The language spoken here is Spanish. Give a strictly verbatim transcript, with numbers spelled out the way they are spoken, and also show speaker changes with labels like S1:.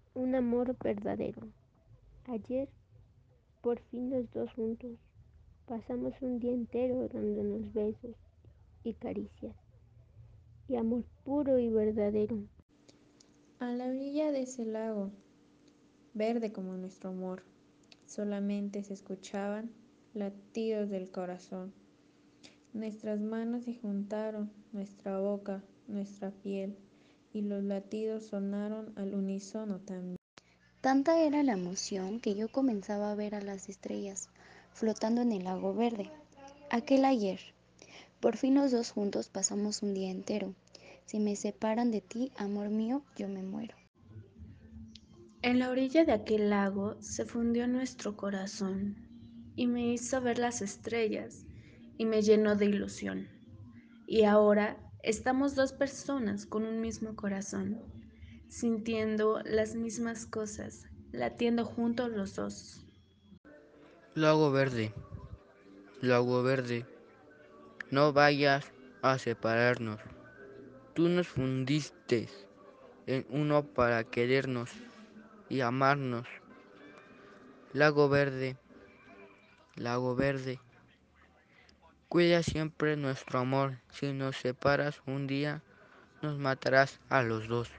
S1: un amor verdadero. Ayer, por fin los dos juntos, pasamos un día entero dándonos besos y caricias y amor puro y verdadero.
S2: A la orilla de ese lago, verde como nuestro amor, solamente se escuchaban latidos del corazón. Nuestras manos se juntaron, nuestra boca, nuestra piel, y los latidos sonaron al unísono también.
S3: Tanta era la emoción que yo comenzaba a ver a las estrellas flotando en el lago verde. Aquel ayer. Por fin los dos juntos pasamos un día entero. Si me separan de ti, amor mío, yo me muero.
S4: En la orilla de aquel lago se fundió nuestro corazón y me hizo ver las estrellas y me llenó de ilusión. Y ahora estamos dos personas con un mismo corazón, sintiendo las mismas cosas, latiendo juntos los dos.
S5: Lago verde, lago verde, no vayas a separarnos. Tú nos fundiste en uno para querernos y amarnos. Lago verde, lago verde, cuida siempre nuestro amor. Si nos separas un día, nos matarás a los dos.